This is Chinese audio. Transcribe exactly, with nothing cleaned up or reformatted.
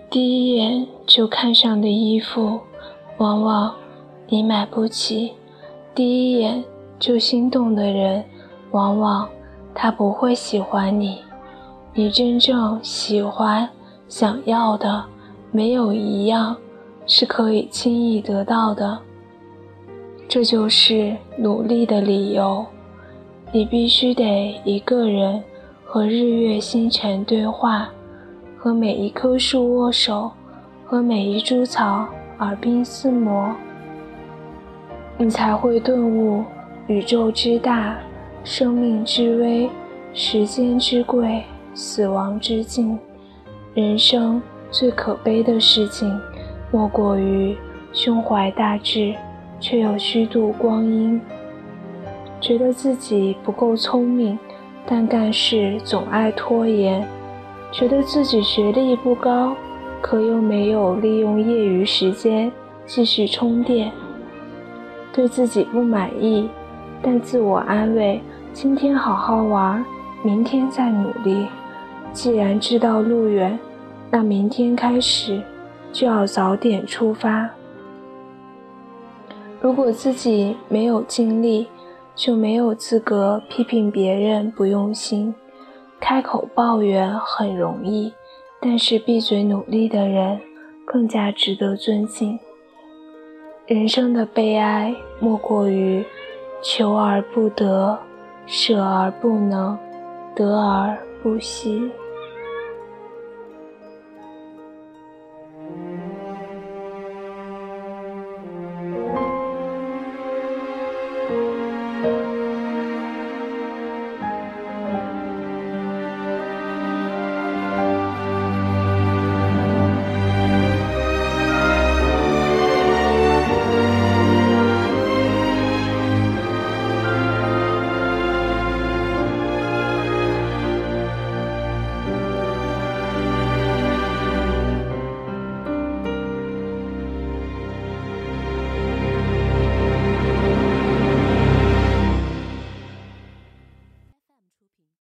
第一眼就看上的衣服，往往你买不起；第一眼就心动的人，往往他不会喜欢你。你真正喜欢、想要的，没有一样是可以轻易得到的。这就是努力的理由。你必须得一个人和日月星辰对话，和每一棵树握手，和每一株草耳鬓厮磨，你才会顿悟宇宙之大，生命之微，时间之贵，死亡之近。人生最可悲的事情，莫过于胸怀大志，却又虚度光阴。觉得自己不够聪明，但干事总爱拖延；觉得自己学历不高，可又没有利用业余时间继续充电。对自己不满意，但自我安慰，今天好好玩，明天再努力。既然知道路远，那明天开始就要早点出发。如果自己没有尽力，就没有资格批评别人不用心。开口抱怨很容易，但是闭嘴努力的人更加值得尊敬。人生的悲哀莫过于求而不得，舍而不能，得而不惜。